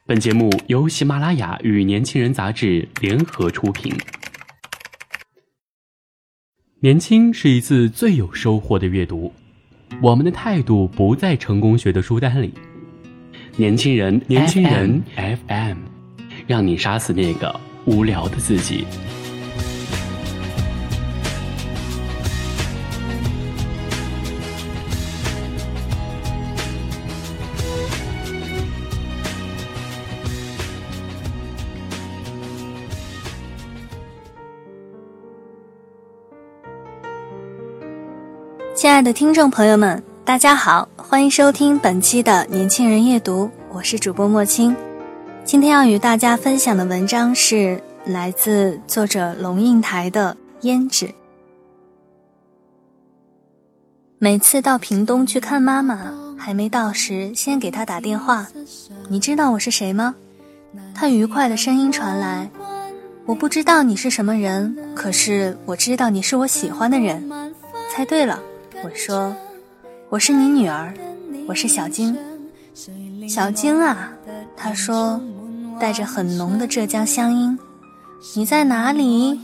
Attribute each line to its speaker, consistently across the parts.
Speaker 1: 本节目由喜马拉雅与年轻人杂志联合出品。年轻是一次最有收获的阅读，我们的态度不在成功学的书单里。年轻人 FM 让你杀死那个无聊的自己。
Speaker 2: 亲爱的听众朋友们，大家好，欢迎收听本期的年轻人夜读，我是主播莫清。今天要与大家分享的文章是来自作者龙应台的胭脂。每次到屏东去看妈妈，还没到时先给她打电话，你知道我是谁吗？她愉快的声音传来，我不知道你是什么人，可是我知道你是我喜欢的人。猜对了，我说我是你女儿，我是小晶。小晶啊，她说带着很浓的浙江乡音，你在哪里？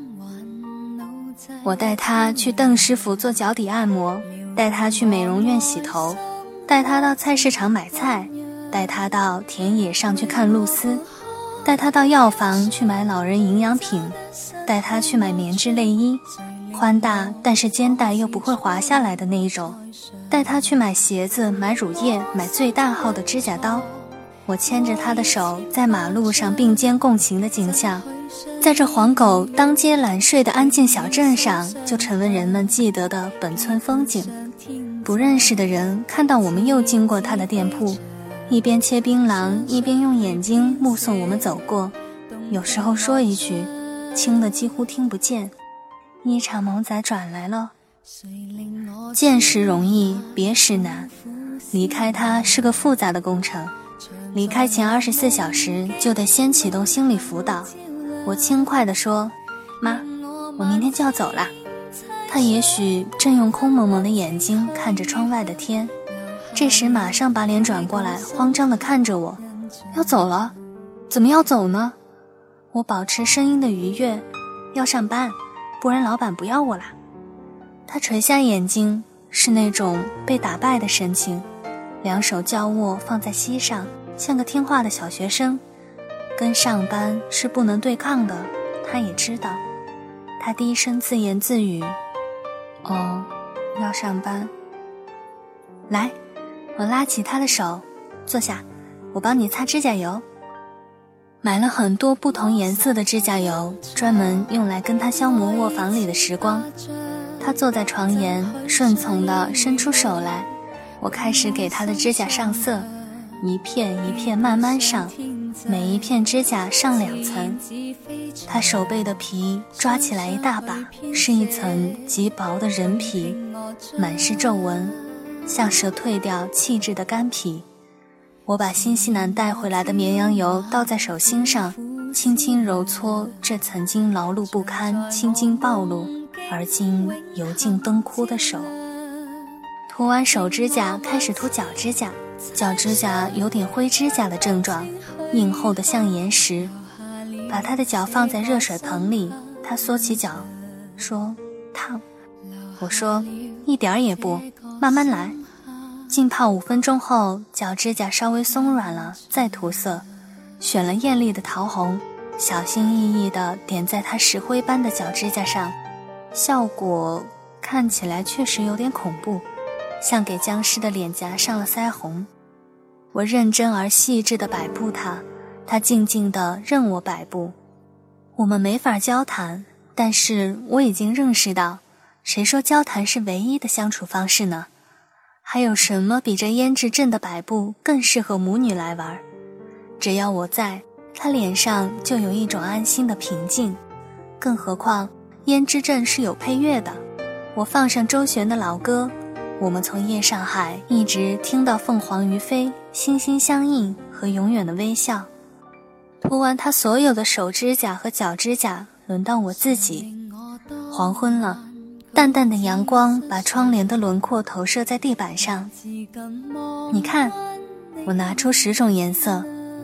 Speaker 2: 我带她去邓师傅做脚底按摩，带她去美容院洗头，带她到菜市场买菜，带她到田野上去看露丝，带她到药房去买老人营养品，带她去买棉质内衣，宽大但是肩带又不会滑下来的那一种，带她去买鞋子，买乳液，买最大号的指甲刀。我牵着她的手，在马路上并肩共行的景象，在这黄狗当街懒睡的安静小镇上，就成为人们记得的本村风景。不认识的人看到我们又经过她的店铺，一边切槟榔，一边用眼睛目送我们走过，有时候说一句，轻的几乎听不见，一场猛仔转来了。见时容易，别时难，离开他是个复杂的工程，离开前24小时就得先启动心理辅导。我轻快地说，妈，我明天就要走了。他也许正用空蒙蒙的眼睛看着窗外的天，这时马上把脸转过来，慌张地看着我，要走了？怎么要走呢？我保持声音的愉悦，要上班，不然老板不要我啦。他垂下眼睛，是那种被打败的神情，两手交握放在膝上，像个听话的小学生。跟上班是不能对抗的，他也知道。他低声自言自语，哦，要上班。来，我拉起他的手，坐下，我帮你擦指甲油。买了很多不同颜色的指甲油，专门用来跟他消磨卧房里的时光。他坐在床沿，顺从地伸出手来，我开始给他的指甲上色，一片一片慢慢上，每一片指甲上2层。他手背的皮抓起来一大把，是一层极薄的人皮，满是皱纹，像蛇褪掉气质的干皮。我把新西兰带回来的绵羊油倒在手心上，轻轻揉搓这曾经劳碌不堪、青筋暴露而今油尽灯枯的手。涂完手指甲，开始涂脚指甲，脚指甲有点灰指甲的症状，硬厚的像岩石。把他的脚放在热水盆里，他缩起脚说烫。我说一点也不，慢慢来。浸泡5分钟后，脚指甲稍微松软了，再涂色，选了艳丽的桃红，小心翼翼地点在它石灰般的脚指甲上，效果看起来确实有点恐怖，像给僵尸的脸颊上了腮红。我认真而细致地摆布它，它静静地任我摆布。我们没法交谈，但是我已经认识到，谁说交谈是唯一的相处方式呢？还有什么比这胭脂阵的摆布更适合母女来玩？只要我在，她脸上就有一种安心的平静。更何况胭脂阵是有配乐的，我放上周璇的老歌，我们从夜上海一直听到凤凰于飞、心心相印和永远的微笑。涂完她所有的手指甲和脚指甲，轮到我自己。黄昏了，淡淡的阳光把窗帘的轮廓投射在地板上。你看，我拿出10种颜色，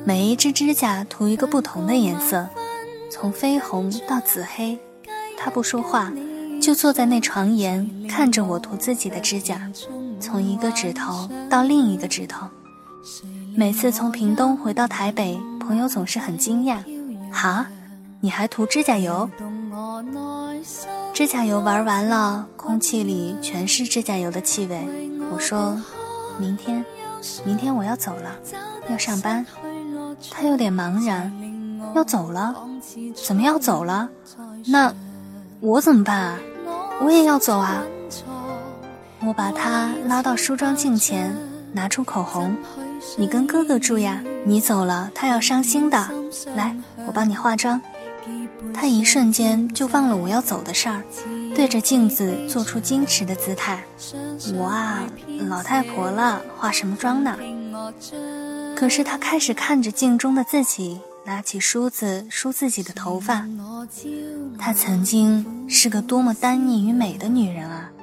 Speaker 2: 每一只指甲涂一个不同的颜色，从绯红到紫黑。他不说话，就坐在那床沿，看着我涂自己的指甲，从一个指头到另一个指头。每次从屏东回到台北，朋友总是很惊讶，哈，你还涂指甲油？指甲油玩完了，空气里全是指甲油的气味。我说，明天我要走了，要上班。他有点茫然，要走了？怎么要走了？那我怎么办啊？我也要走啊。我把他拉到梳妆镜前，拿出口红，你跟哥哥住呀，你走了他要伤心的，来，我帮你化妆。他一瞬间就忘了我要走的事儿，对着镜子做出矜持的姿态。我啊，老太婆了，化什么妆呢？可是他开始看着镜中的自己，拿起梳子梳自己的头发。她曾经是个多么单腻与美的女人啊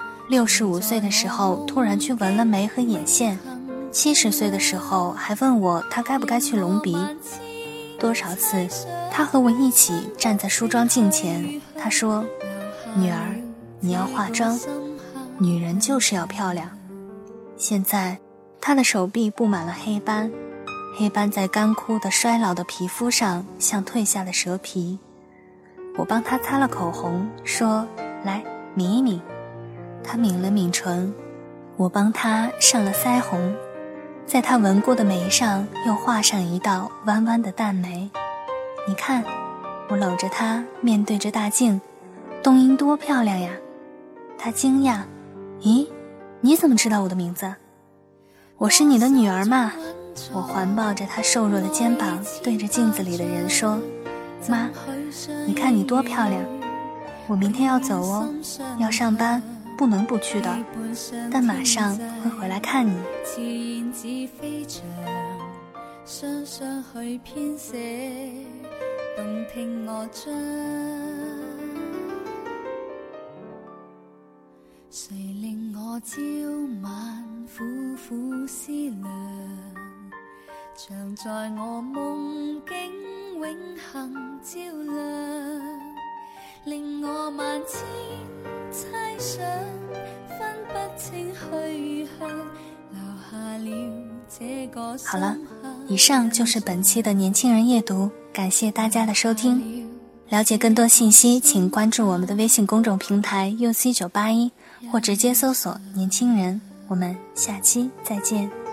Speaker 2: ！65岁的时候突然去纹了眉和眼线，70岁的时候还问我她该不该去隆鼻。多少次她和我一起站在梳妆镜前，她说，女儿，你要化妆，女人就是要漂亮。现在她的手臂布满了黑斑，黑斑在干枯的衰老的皮肤上像褪下的蛇皮。我帮她擦了口红，说，来抿一抿。她抿了抿唇。我帮她上了腮红，在她纹过的眉上又画上一道弯弯的淡眉。你看，我搂着她面对着大镜，冬英多漂亮呀。她惊讶，咦，你怎么知道我的名字？我是你的女儿嘛。我环抱着她瘦弱的肩膀，对着镜子里的人说，妈，你看你多漂亮。我明天要走哦，要上班，不能不去的，但马上会回来看你。自言自飛翔，雙雙去編寫動聽樂章。誰令我朝晚苦苦思量，常在我夢境永恆照亮，令我萬千猜想，分不清去向，留下了這個。好了，以上就是本期的年轻人夜读，感謝大家的收聽。了解更多信息，請關注我們的微信公眾平台 UC981，或直接搜索年輕人。我們下期再見。